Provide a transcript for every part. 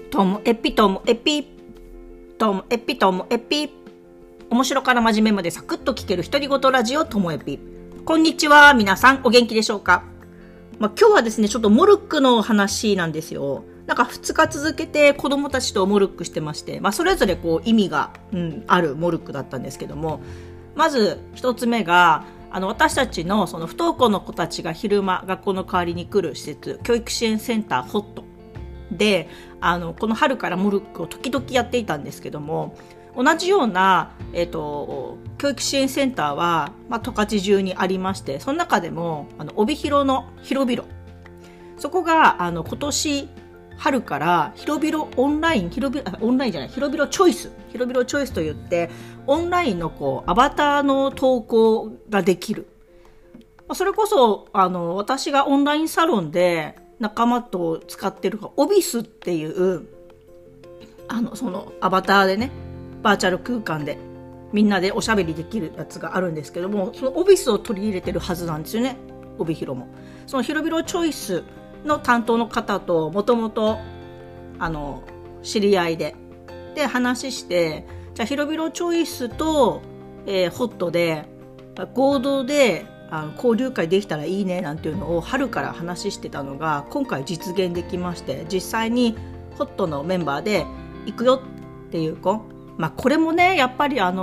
ともエピともエピともエピともエピ、面白から真面目までサクッと聞ける独り言ラジオともエピ。こんにちは、皆さんお元気でしょうか。今日はですね、ちょっとモルックの話なんですよ。なんか2日続けて子供たちとモルックしてまして、それぞれこう意味が、あるモルックだったんですけども、まず1つ目が私たちのその不登校の子たちが昼間学校の代わりに来る施設、教育支援センターホットでこの春からモルックを時々やっていたんですけども、同じような、教育支援センターは、十勝中にありまして、その中でも帯広の広々、そこが今年春から広々オンライン、広々チョイスといって、オンラインのアバターの投稿ができる。それこそ私がオンラインサロンで仲間と使ってるオビスっていうそのアバターでね、バーチャル空間でみんなでおしゃべりできるやつがあるんですけども、そのオビスを取り入れてるはずなんですよね、帯広も。その広々チョイスの担当の方ともともと知り合いで話して、じゃあ広々チョイスと、ホットで合同で交流会できたらいいねなんていうのを春から話してたのが今回実現できまして、実際にホットのメンバーで行くよっていう子、これもねやっぱり前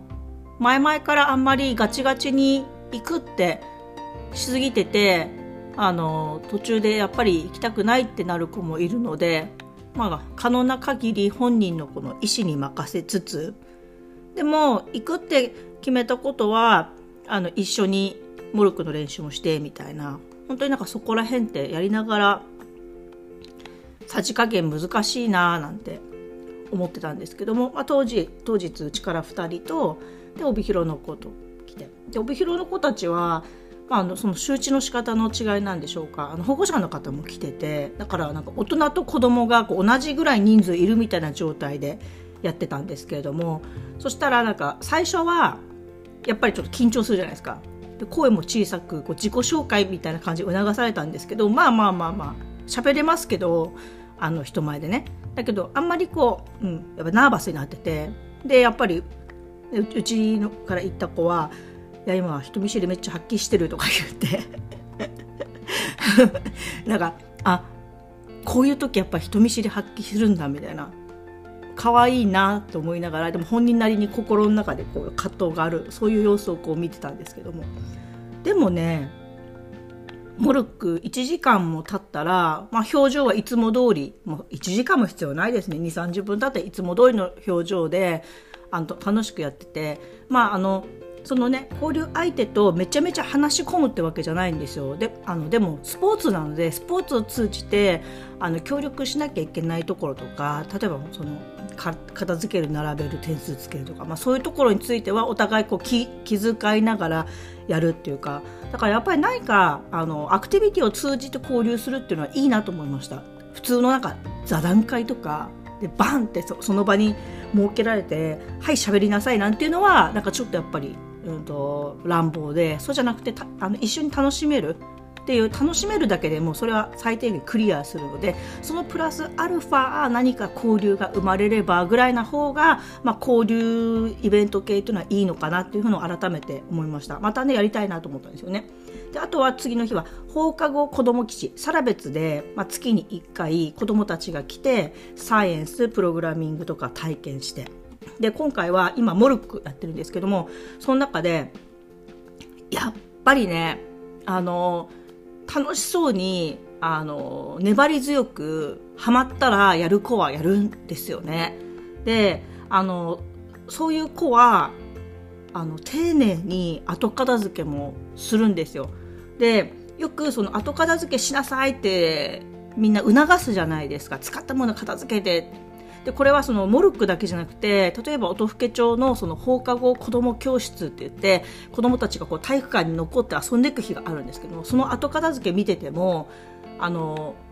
々からあんまりガチガチに行くってしすぎてて、途中でやっぱり行きたくないってなる子もいるので、可能な限り本人のこの意思に任せつつ、でも行くって決めたことは一緒にモルックの練習もしてみたいな、本当になんかそこら辺ってやりながらさじ加減難しいななんて思ってたんですけども、当日うちから2人とで帯広の子と来て、で帯広の子たちは、その周知の仕方の違いなんでしょうか、保護者の方も来てて、だからなんか大人と子供が同じぐらい人数いるみたいな状態でやってたんですけれども、そしたらなんか最初はやっぱりちょっと緊張するじゃないですか。で声も小さく自己紹介みたいな感じで促されたんですけど、喋れますけど人前でね、だけどあんまりやっぱナーバスになってて、でやっぱりうちのから行った子は、いや今人見知りめっちゃ発揮してるとか言ってなんかこういう時やっぱ人見知り発揮するんだみたいな、可愛いなと思いながら、でも本人なりに心の中で葛藤がある、そういう様子を見てたんですけども、でもねモルック1時間も経ったら、表情はいつも通り、もう1時間も必要ないですね、2、30分経っていつも通りの表情で楽しくやってて、そのね交流相手とめちゃめちゃ話し込むってわけじゃないんですよ。でもスポーツなので、スポーツを通じて協力しなきゃいけないところとか、例えばその片付ける、並べる、点数つけるとか、そういうところについてはお互い気遣いながらやるっていうか、だからやっぱり何かアクティビティを通じて交流するっていうのはいいなと思いました。普通のなんか座談会とかでバンってその場に設けられて、はい喋りなさいなんていうのはなんかちょっとやっぱり乱暴で、そうじゃなくて一緒に楽しめるっていう、楽しめるだけでもそれは最低限クリアするので、そのプラスアルファ何か交流が生まれればぐらいな方が、交流イベント系というのはいいのかなっていうのを改めて思いました。またねやりたいなと思ったんですよね。であとは次の日は放課後子ども基地サラベツで、月に1回子どもたちが来てサイエンス、プログラミングとか体験して、で今回は今モルックやってるんですけども、その中でやっぱりね楽しそうに粘り強くハマったらやる子はやるんですよね。でそういう子は丁寧に後片付けもするんですよ。でよくその後片付けしなさいってみんな促すじゃないですか。使ったもの片付けて。でこれはそのモルックだけじゃなくて、例えば音更町のその放課後子ども教室って言って子どもたちが体育館に残って遊んでいく日があるんですけども、その後片付け見てても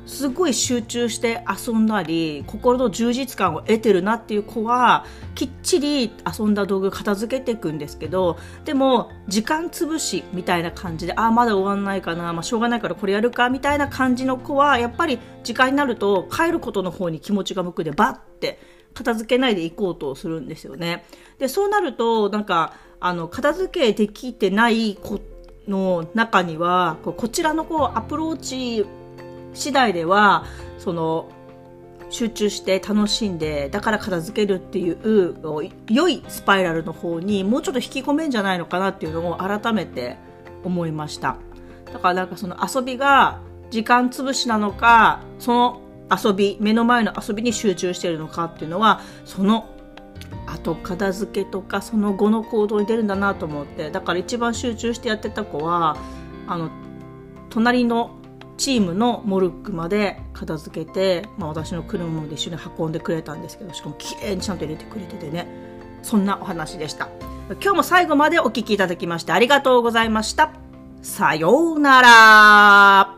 すごい集中して遊んだり心の充実感を得てるなっていう子はきっちり遊んだ道具片付けていくんですけど、でも時間潰しみたいな感じでまだ終わんないかな、しょうがないからこれやるかみたいな感じの子はやっぱり時間になると帰ることの方に気持ちが向くでバッて片付けないでいこうとするんですよね。でそうなるとなんか片付けできてない子の中にはこちらのアプローチ次第では集中して楽しんでだから片付けるっていう良いスパイラルの方にもうちょっと引き込めんじゃないのかなっていうのを改めて思いました。だからなんか遊びが時間潰しなのか、その目の前の遊びに集中しているのかっていうのはその後片付けとかその後の行動に出るんだなと思って、だから一番集中してやってた子は隣のチームのモルックまで片付けて、私の車まで一緒に運んでくれたんですけど、しかもきれいにちゃんと入れてくれててね、そんなお話でした。今日も最後までお聞きいただきましてありがとうございました。さようなら。